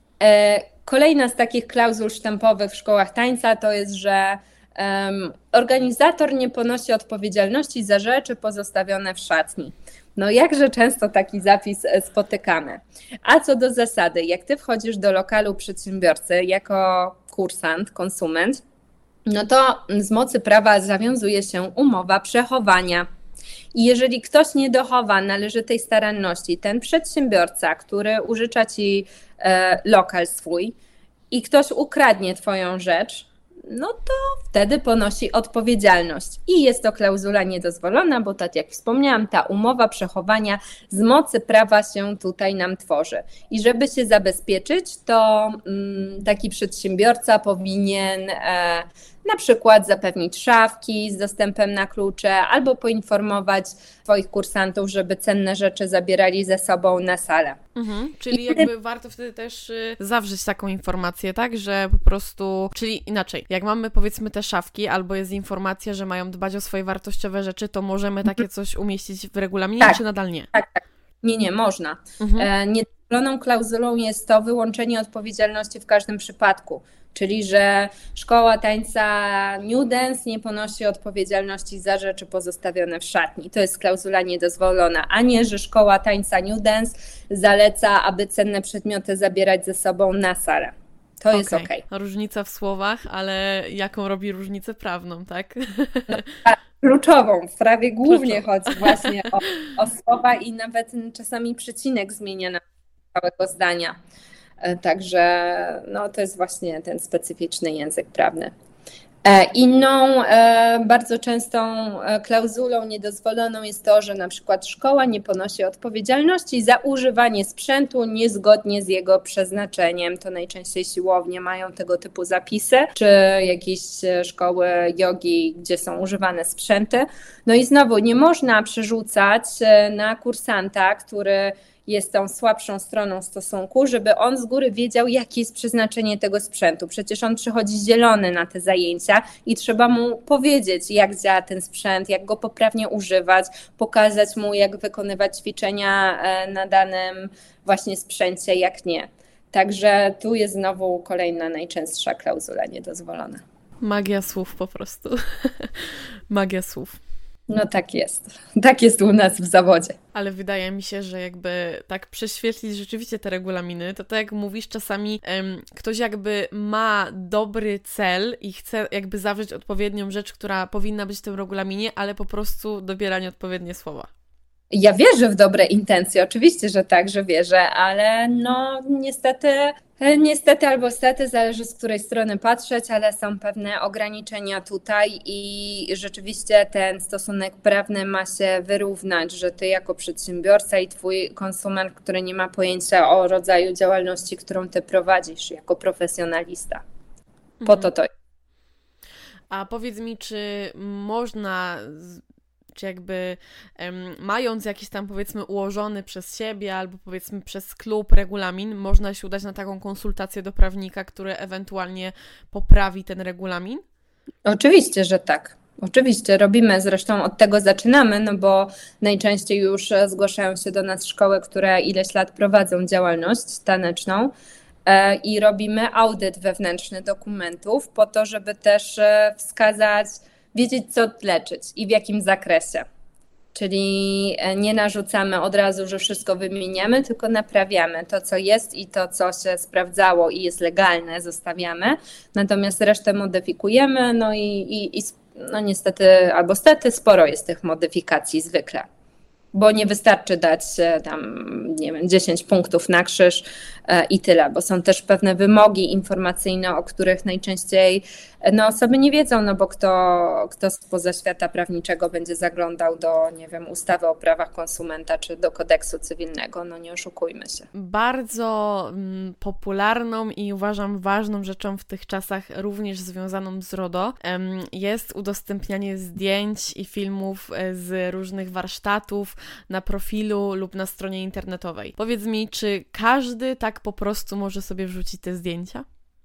Kolejna z takich klauzul sztampowych w szkołach tańca to jest, że um, organizator nie ponosi odpowiedzialności za rzeczy pozostawione w szatni. No jakże często taki zapis spotykamy. A co do zasady, jak ty wchodzisz do lokalu przedsiębiorcy jako kursant, konsument, no to z mocy prawa zawiązuje się umowa przechowania. I jeżeli ktoś nie dochowa należytej staranności, ten przedsiębiorca, który użycza ci e, lokal swój i ktoś ukradnie twoją rzecz, no to wtedy ponosi odpowiedzialność. I jest to klauzula niedozwolona, bo tak jak wspomniałam, ta umowa przechowania z mocy prawa się tutaj nam tworzy. I żeby się zabezpieczyć, to mm, taki przedsiębiorca powinien e, na przykład zapewnić szafki z dostępem na klucze albo poinformować swoich kursantów, żeby cenne rzeczy zabierali ze sobą na salę. Mhm, czyli jakby warto wtedy też zawrzeć taką informację, tak, że po prostu, czyli inaczej, jak mamy powiedzmy te szafki albo jest informacja, że mają dbać o swoje wartościowe rzeczy, to możemy takie coś umieścić w regulaminie, tak, czy nadal nie? Tak, tak. Nie, nie, można. Mhm. Niedozwoloną klauzulą jest to wyłączenie odpowiedzialności w każdym przypadku. Czyli, że szkoła tańca New Dance nie ponosi odpowiedzialności za rzeczy pozostawione w szatni. To jest klauzula niedozwolona, a nie, że szkoła tańca New Dance zaleca, aby cenne przedmioty zabierać ze sobą na salę. To okay. jest okej. Okay. Różnica w słowach, ale jaką robi różnicę prawną, tak? No, tak, kluczową. W prawie głównie Kluczową. chodzi właśnie o, o słowa i nawet czasami przecinek zmienia na całego zdania. Także no, to jest właśnie ten specyficzny język prawny. Inną bardzo częstą klauzulą niedozwoloną jest to, że na przykład szkoła nie ponosi odpowiedzialności za używanie sprzętu niezgodnie z jego przeznaczeniem. To najczęściej siłownie mają tego typu zapisy, czy jakieś szkoły jogi, gdzie są używane sprzęty. No i znowu nie można przerzucać na kursanta, który jest tą słabszą stroną stosunku, żeby on z góry wiedział, jakie jest przeznaczenie tego sprzętu. Przecież on przychodzi zielony na te zajęcia i trzeba mu powiedzieć, jak działa ten sprzęt, jak go poprawnie używać, pokazać mu, jak wykonywać ćwiczenia na danym właśnie sprzęcie, jak nie. Także tu jest znowu kolejna najczęstsza klauzula niedozwolona. Magia słów po prostu. Magia słów. No tak jest. Tak jest u nas w zawodzie. Ale wydaje mi się, że jakby tak prześwietlić rzeczywiście te regulaminy, to tak jak mówisz, czasami um, ktoś jakby ma dobry cel i chce jakby zawrzeć odpowiednią rzecz, która powinna być w tym regulaminie, ale po prostu dobiera nieodpowiednie słowa. Ja wierzę w dobre intencje, oczywiście, że tak, że wierzę, ale no niestety Niestety albo stety, zależy z której strony patrzeć, ale są pewne ograniczenia tutaj i rzeczywiście ten stosunek prawny ma się wyrównać, że ty jako przedsiębiorca i twój konsument, który nie ma pojęcia o rodzaju działalności, którą ty prowadzisz jako profesjonalista. Po to to jest. A powiedz mi, czy można... czy jakby um, mając jakiś tam powiedzmy ułożony przez siebie albo powiedzmy przez klub regulamin, można się udać na taką konsultację do prawnika, który ewentualnie poprawi ten regulamin? Oczywiście, że tak. Oczywiście robimy, zresztą od tego zaczynamy, no bo najczęściej już zgłaszają się do nas szkoły, które ileś lat prowadzą działalność taneczną e, i robimy audyt wewnętrzny dokumentów po to, żeby też e, wskazać, wiedzieć, co leczyć i w jakim zakresie. Czyli nie narzucamy od razu, że wszystko wymieniamy, tylko naprawiamy to, co jest i to, co się sprawdzało i jest legalne, zostawiamy. Natomiast resztę modyfikujemy, no i, i, i no niestety albo stety sporo jest tych modyfikacji zwykle. Bo nie wystarczy dać tam, nie wiem, dziesięć punktów na krzyż i tyle, bo są też pewne wymogi informacyjne, o których najczęściej no, osoby nie wiedzą, no bo kto, kto spoza świata prawniczego będzie zaglądał do, nie wiem, ustawy o prawach konsumenta czy do kodeksu cywilnego, no nie oszukujmy się. Bardzo mm, popularną i uważam ważną rzeczą w tych czasach, również związaną z RODO, em, jest udostępnianie zdjęć i filmów z różnych warsztatów na profilu lub na stronie internetowej. Powiedz mi, czy każdy tak po prostu może sobie wrzucić te zdjęcia?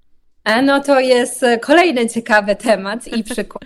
No to jest kolejny ciekawy temat i przykład.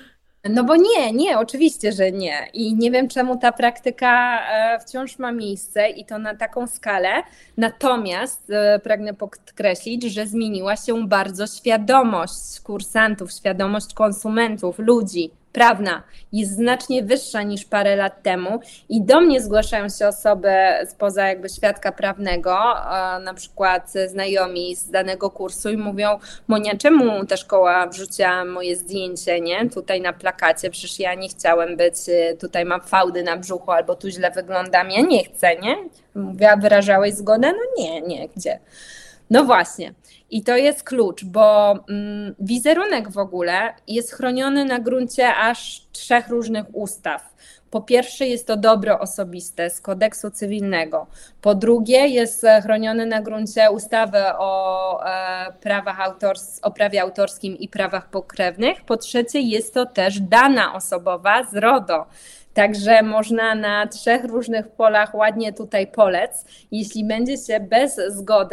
No bo nie, nie, oczywiście, że nie. I nie wiem, czemu ta praktyka wciąż ma miejsce i to na taką skalę. Natomiast pragnę podkreślić, że zmieniła się bardzo świadomość kursantów, świadomość konsumentów, ludzi. Prawna jest znacznie wyższa niż parę lat temu i do mnie zgłaszają się osoby spoza jakby świadka prawnego, na przykład znajomi z danego kursu i mówią: Monia, czemu ta szkoła wrzuciła moje zdjęcie, nie? Tutaj na plakacie, przecież ja nie chciałem być, tutaj mam fałdy na brzuchu albo tu źle wyglądam, ja nie chcę, nie? Mówię: a wyrażałeś zgodę? No nie, nie, gdzie? No właśnie. I to jest klucz, bo mm, wizerunek w ogóle jest chroniony na gruncie aż trzech różnych ustaw. Po pierwsze jest to dobro osobiste z kodeksu cywilnego. Po drugie jest chroniony na gruncie ustawy o e, prawach autors- o prawie autorskim i prawach pokrewnych. Po trzecie jest to też dana osobowa z RODO. Także można na trzech różnych polach ładnie tutaj polec, jeśli będzie się bez zgody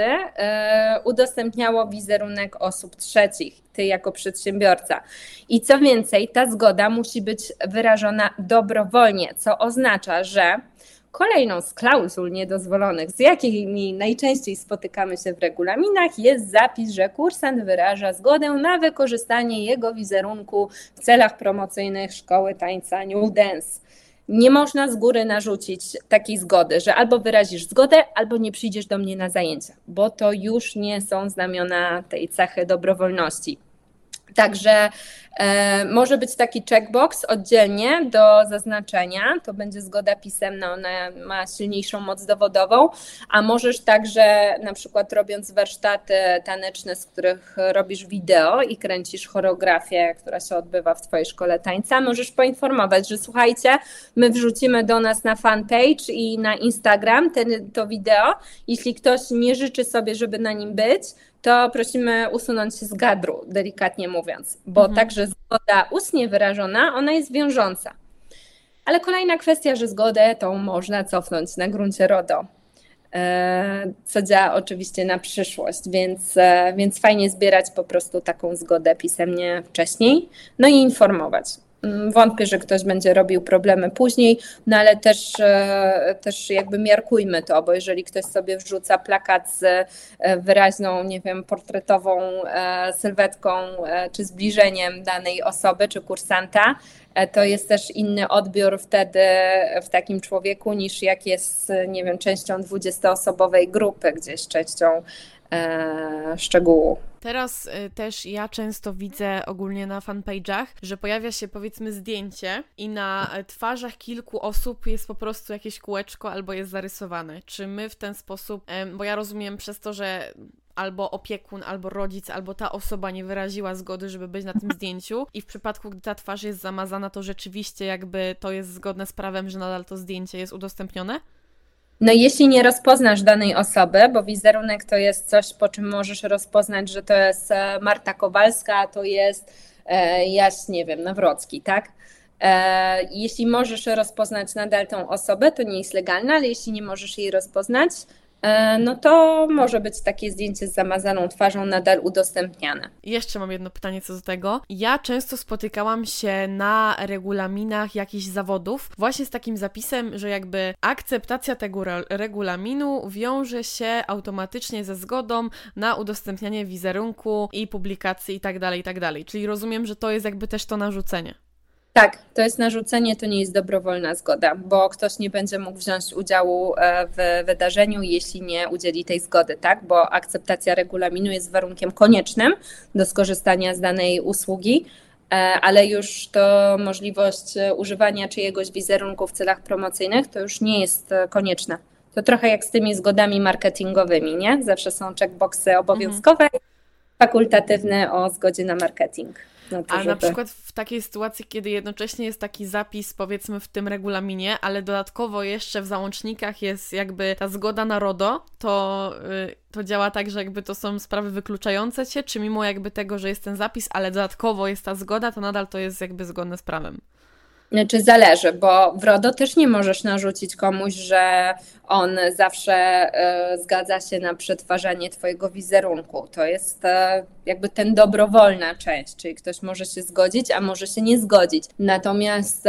e, udostępniało wizerunek osób trzecich, ty jako przedsiębiorca. I co więcej, ta zgoda musi być wyrażona dobrowolnie, co oznacza, że kolejną z klauzul niedozwolonych, z jakimi najczęściej spotykamy się w regulaminach, jest zapis, że kursant wyraża zgodę na wykorzystanie jego wizerunku w celach promocyjnych szkoły tańca New Dance. Nie można z góry narzucić takiej zgody, że albo wyrazisz zgodę, albo nie przyjdziesz do mnie na zajęcia, bo to już nie są znamiona tej cechy dobrowolności. Także e, może być taki checkbox oddzielnie do zaznaczenia, to będzie zgoda pisemna, ona ma silniejszą moc dowodową, a możesz także na przykład robiąc warsztaty taneczne, z których robisz wideo i kręcisz choreografię, która się odbywa w twojej szkole tańca, możesz poinformować, że słuchajcie, my wrzucimy do nas na fanpage i na Instagram ten, to wideo, jeśli ktoś nie życzy sobie, żeby na nim być, to prosimy usunąć się z kadru, delikatnie mówiąc, bo mhm. także zgoda ustnie wyrażona, ona jest wiążąca. Ale kolejna kwestia, że zgodę tą można cofnąć na gruncie RODO, co działa oczywiście na przyszłość, więc, więc fajnie zbierać po prostu taką zgodę pisemnie wcześniej, no i informować. Wątpię, że ktoś będzie robił problemy później, no ale też, też jakby miarkujmy to, bo jeżeli ktoś sobie wrzuca plakat z wyraźną, nie wiem, portretową sylwetką czy zbliżeniem danej osoby czy kursanta, to jest też inny odbiór wtedy w takim człowieku niż jak jest, nie wiem, częścią dwudziestoosobowej grupy, gdzieś częścią e, szczegółu. Teraz y, też ja często widzę ogólnie na fanpage'ach, że pojawia się powiedzmy zdjęcie i na twarzach kilku osób jest po prostu jakieś kółeczko albo jest zarysowane. Czy my w ten sposób, y, bo ja rozumiem przez to, że albo opiekun, albo rodzic, albo ta osoba nie wyraziła zgody, żeby być na tym zdjęciu i w przypadku, gdy ta twarz jest zamazana, to rzeczywiście jakby to jest zgodne z prawem, że nadal to zdjęcie jest udostępnione? No jeśli nie rozpoznasz danej osoby, bo wizerunek to jest coś, po czym możesz rozpoznać, że to jest Marta Kowalska, to jest e, Jaś, nie wiem, Nawrocki, tak? E, jeśli możesz rozpoznać nadal tą osobę, to nie jest legalne, ale jeśli nie możesz jej rozpoznać, e, no to może być takie zdjęcie z zamazaną twarzą nadal udostępniane. Jeszcze mam jedno pytanie co do tego. Ja często spotykałam się na regulaminach jakichś zawodów właśnie z takim zapisem, że jakby akceptacja tego re- regulaminu wiąże się automatycznie ze zgodą na udostępnianie wizerunku i publikacji i tak dalej, i tak dalej. Czyli rozumiem, że to jest jakby też to narzucenie. Tak, to jest narzucenie, to nie jest dobrowolna zgoda, bo ktoś nie będzie mógł wziąć udziału w wydarzeniu, jeśli nie udzieli tej zgody, tak? Bo akceptacja regulaminu jest warunkiem koniecznym do skorzystania z danej usługi, ale już to możliwość używania czyjegoś wizerunku w celach promocyjnych to już nie jest konieczne. To trochę jak z tymi zgodami marketingowymi, nie? Zawsze są checkboxy obowiązkowe, mhm. fakultatywne o zgodzie na marketing. No to, A żeby... na przykład w takiej sytuacji, kiedy jednocześnie jest taki zapis, powiedzmy, w tym regulaminie, ale dodatkowo jeszcze w załącznikach jest jakby ta zgoda na RODO, to, yy, to działa tak, że jakby to są sprawy wykluczające się, czy mimo jakby tego, że jest ten zapis, ale dodatkowo jest ta zgoda, to nadal to jest jakby zgodne z prawem? Znaczy zależy, bo w RODO też nie możesz narzucić komuś, że on zawsze y, zgadza się na przetwarzanie twojego wizerunku. To jest y, jakby ten dobrowolna część, czyli ktoś może się zgodzić, a może się nie zgodzić. Natomiast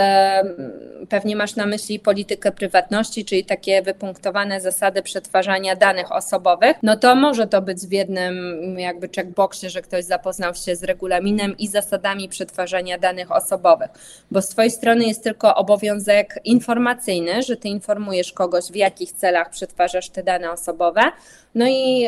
y, pewnie masz na myśli politykę prywatności, czyli takie wypunktowane zasady przetwarzania danych osobowych. No to może to być w jednym jakby checkboxie, że ktoś zapoznał się z regulaminem i zasadami przetwarzania danych osobowych, bo z twojej strony jest tylko obowiązek informacyjny, że ty informujesz kogoś, w jakich celach przetwarzasz te dane osobowe. No i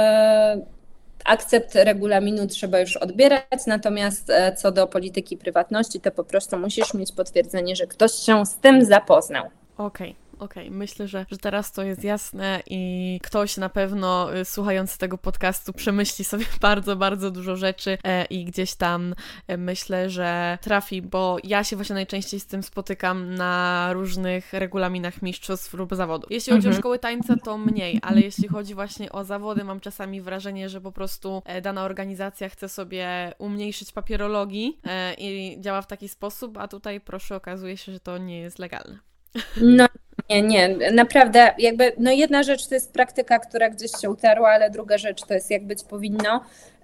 e, akcept regulaminu trzeba już odbierać, natomiast e, co do polityki prywatności, to po prostu musisz mieć potwierdzenie, że ktoś się z tym zapoznał. Okej. Okay. Okej, okay, myślę, że, że teraz to jest jasne i ktoś na pewno y, słuchający tego podcastu przemyśli sobie bardzo, bardzo dużo rzeczy e, i gdzieś tam e, myślę, że trafi, bo ja się właśnie najczęściej z tym spotykam na różnych regulaminach mistrzostw lub zawodów. Jeśli chodzi mhm. o szkoły tańca, to mniej, ale jeśli chodzi właśnie o zawody, mam czasami wrażenie, że po prostu e, dana organizacja chce sobie umniejszyć papierologii e, i działa w taki sposób, a tutaj proszę, okazuje się, że to nie jest legalne. No nie, nie, naprawdę jakby, no jedna rzecz to jest praktyka, która gdzieś się utarła, ale druga rzecz to jest jak być powinno,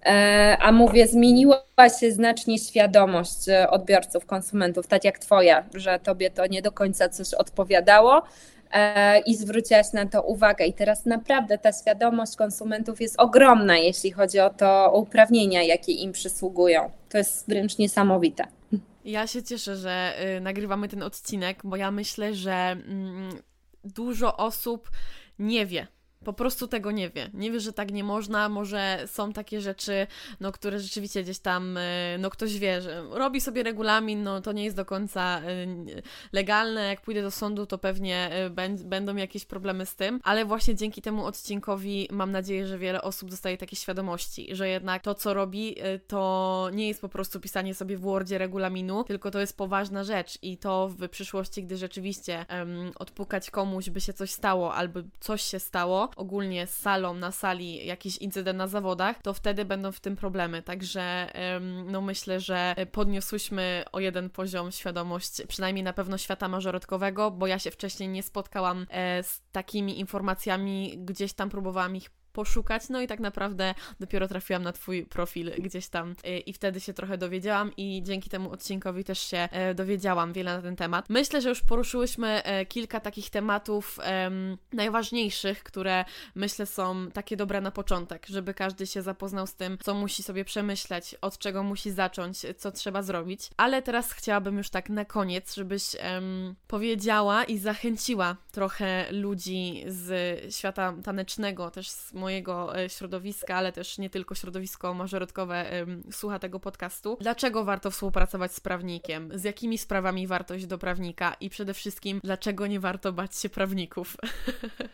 e, a mówię, zmieniła się znacznie świadomość odbiorców, konsumentów, tak jak twoja, że tobie to nie do końca coś odpowiadało e, i zwróciłaś na to uwagę i teraz naprawdę ta świadomość konsumentów jest ogromna, jeśli chodzi o to o uprawnienia, jakie im przysługują, to jest wręcz niesamowite. Ja się cieszę, że y, nagrywamy ten odcinek, bo ja myślę, że mm, dużo osób nie wie. Po prostu tego nie wie. Nie wie, że tak nie można. Może są takie rzeczy, no, które rzeczywiście gdzieś tam, no ktoś wie, że robi sobie regulamin, no to nie jest do końca legalne. Jak pójdę do sądu, to pewnie będą jakieś problemy z tym. Ale właśnie dzięki temu odcinkowi mam nadzieję, że wiele osób dostaje takie świadomości, że jednak to, co robi, to nie jest po prostu pisanie sobie w Wordzie regulaminu, tylko to jest poważna rzecz i to w przyszłości, gdy rzeczywiście um, odpukać komuś by się coś stało albo coś się stało, ogólnie z salą, na sali, jakiś incydent na zawodach, to wtedy będą w tym problemy. Także no myślę, że podniosłyśmy o jeden poziom świadomość, przynajmniej na pewno świata mażoretkowego, bo ja się wcześniej nie spotkałam z takimi informacjami, gdzieś tam próbowałam ich poszukać, no i tak naprawdę dopiero trafiłam na twój profil gdzieś tam i wtedy się trochę dowiedziałam i dzięki temu odcinkowi też się dowiedziałam wiele na ten temat. Myślę, że już poruszyłyśmy kilka takich tematów um, najważniejszych, które myślę są takie dobre na początek, żeby każdy się zapoznał z tym, co musi sobie przemyśleć, od czego musi zacząć, co trzeba zrobić, ale teraz chciałabym już tak na koniec, żebyś um, powiedziała i zachęciła trochę ludzi z świata tanecznego, też z mojego środowiska, ale też nie tylko środowisko mażoretkowe um, słucha tego podcastu. Dlaczego warto współpracować z prawnikiem? Z jakimi sprawami warto iść do prawnika? I przede wszystkim, dlaczego nie warto bać się prawników?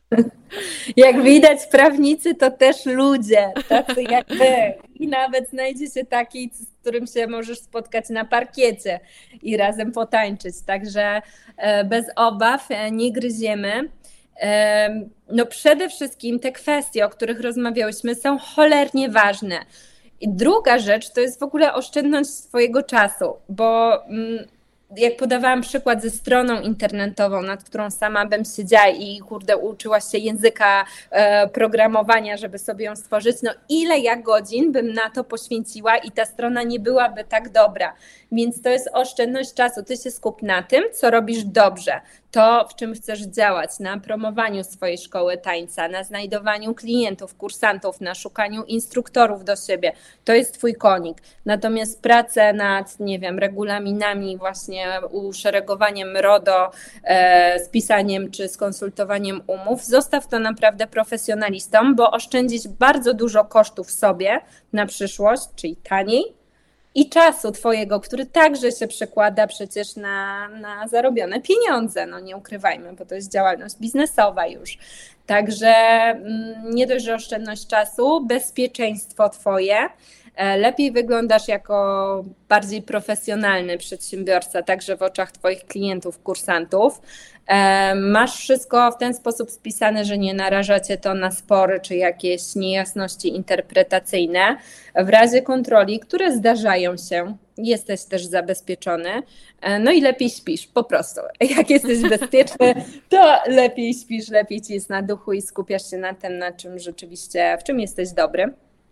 Jak widać, prawnicy to też ludzie, tacy jak wy. I nawet znajdzie się taki, z którym się możesz spotkać na parkiecie i razem potańczyć. Także bez obaw, nie gryziemy. No przede wszystkim te kwestie, o których rozmawiałyśmy, są cholernie ważne. I druga rzecz to jest w ogóle oszczędność swojego czasu, bo jak podawałam przykład ze stroną internetową, nad którą sama bym siedziała i kurde uczyła się języka e, programowania, żeby sobie ją stworzyć, no ile ja godzin bym na to poświęciła i ta strona nie byłaby tak dobra. Więc to jest oszczędność czasu. Ty się skup na tym, co robisz dobrze. To, w czym chcesz działać, na promowaniu swojej szkoły tańca, na znajdowaniu klientów, kursantów, na szukaniu instruktorów do siebie. To jest twój konik. Natomiast pracę nad, nie wiem, regulaminami, właśnie uszeregowaniem RODO, e, spisaniem czy skonsultowaniem umów, zostaw to naprawdę profesjonalistom, bo oszczędzić bardzo dużo kosztów sobie na przyszłość, czyli taniej, i czasu twojego, który także się przekłada przecież na, na zarobione pieniądze, no nie ukrywajmy, bo to jest działalność biznesowa już. Także nie dość, że oszczędność czasu, bezpieczeństwo twoje, lepiej wyglądasz jako bardziej profesjonalny przedsiębiorca, także w oczach twoich klientów, kursantów. Masz wszystko w ten sposób spisane, że nie naraża cię to na spory czy jakieś niejasności interpretacyjne. W razie kontroli, które zdarzają się, jesteś też zabezpieczony, no i lepiej śpisz, po prostu. Jak jesteś bezpieczny, to lepiej śpisz, lepiej ci jest na duchu i skupiasz się na tym, na czym rzeczywiście, w czym jesteś dobry.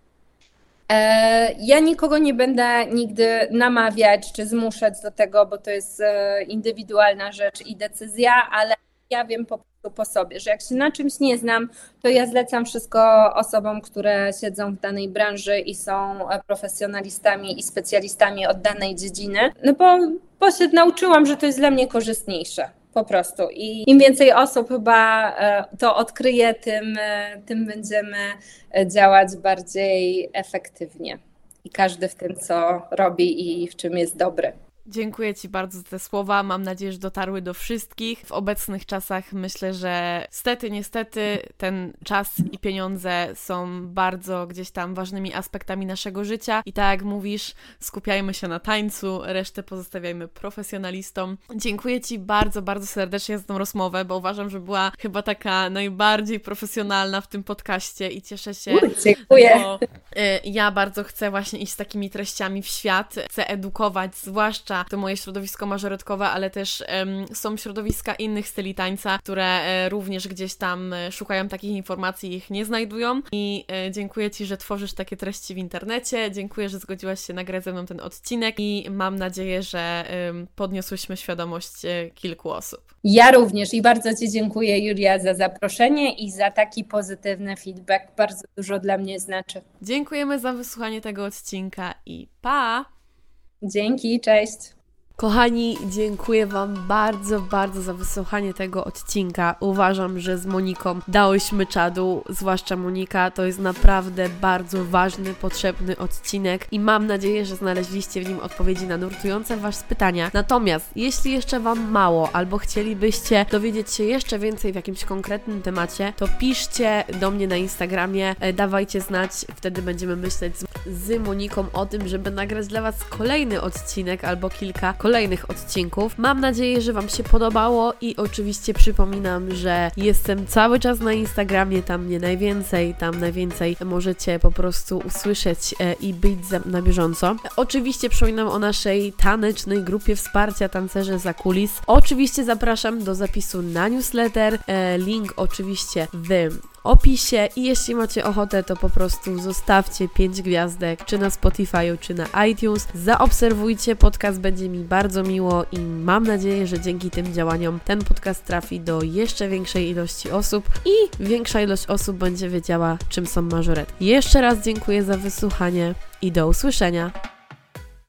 Ja nikogo nie będę nigdy namawiać czy zmuszać do tego, bo to jest indywidualna rzecz i decyzja, ale ja wiem po prostu po sobie, że jak się na czymś nie znam, to ja zlecam wszystko osobom, które siedzą w danej branży i są profesjonalistami i specjalistami od danej dziedziny, no bo, bo się nauczyłam, że to jest dla mnie korzystniejsze. Po prostu. I im więcej osób chyba to odkryje, tym, tym będziemy działać bardziej efektywnie. I każdy w tym, co robi i w czym jest dobry. Dziękuję Ci bardzo za te słowa. Mam nadzieję, że dotarły do wszystkich. W obecnych czasach myślę, że stety, niestety ten czas i pieniądze są bardzo gdzieś tam ważnymi aspektami naszego życia. I tak jak mówisz, skupiajmy się na tańcu, resztę pozostawiajmy profesjonalistom. Dziękuję Ci bardzo, bardzo serdecznie za tą rozmowę, bo uważam, że była chyba taka najbardziej profesjonalna w tym podcaście i cieszę się. U, dziękuję. Bo y, ja bardzo chcę właśnie iść z takimi treściami w świat. Chcę edukować, zwłaszcza to moje środowisko mażoretkowe, ale też um, są środowiska innych styli tańca, które e, również gdzieś tam e, szukają takich informacji i ich nie znajdują. I e, dziękuję Ci, że tworzysz takie treści w internecie. Dziękuję, że zgodziłaś się nagrać ze mną ten odcinek i mam nadzieję, że e, podniosłyśmy świadomość e, kilku osób. Ja również i bardzo Ci dziękuję, Julia, za zaproszenie i za taki pozytywny feedback. Bardzo dużo dla mnie znaczy. Dziękujemy za wysłuchanie tego odcinka i pa! Dzięki, cześć. Kochani, dziękuję Wam bardzo, bardzo za wysłuchanie tego odcinka. Uważam, że z Moniką dałyśmy czadu, zwłaszcza Monika. To jest naprawdę bardzo ważny, potrzebny odcinek i mam nadzieję, że znaleźliście w nim odpowiedzi na nurtujące Was pytania. Natomiast jeśli jeszcze Wam mało albo chcielibyście dowiedzieć się jeszcze więcej w jakimś konkretnym temacie, to piszcie do mnie na Instagramie, dawajcie znać, wtedy będziemy myśleć z, z Moniką o tym, żeby nagrać dla Was kolejny odcinek albo kilka kolejnych odcinków. Mam nadzieję, że Wam się podobało i oczywiście przypominam, że jestem cały czas na Instagramie, tam mnie najwięcej, tam najwięcej możecie po prostu usłyszeć e, i być na bieżąco. Oczywiście przypominam o naszej tanecznej grupie wsparcia Tancerze za kulis. Oczywiście zapraszam do zapisu na newsletter, e, link oczywiście w opisie i jeśli macie ochotę, to po prostu zostawcie pięć gwiazdek, czy na Spotify'u, czy na iTunes. Zaobserwujcie podcast, będzie mi bardzo miło i mam nadzieję, że dzięki tym działaniom ten podcast trafi do jeszcze większej ilości osób i większa ilość osób będzie wiedziała, czym są mażoretki. Jeszcze raz dziękuję za wysłuchanie i do usłyszenia.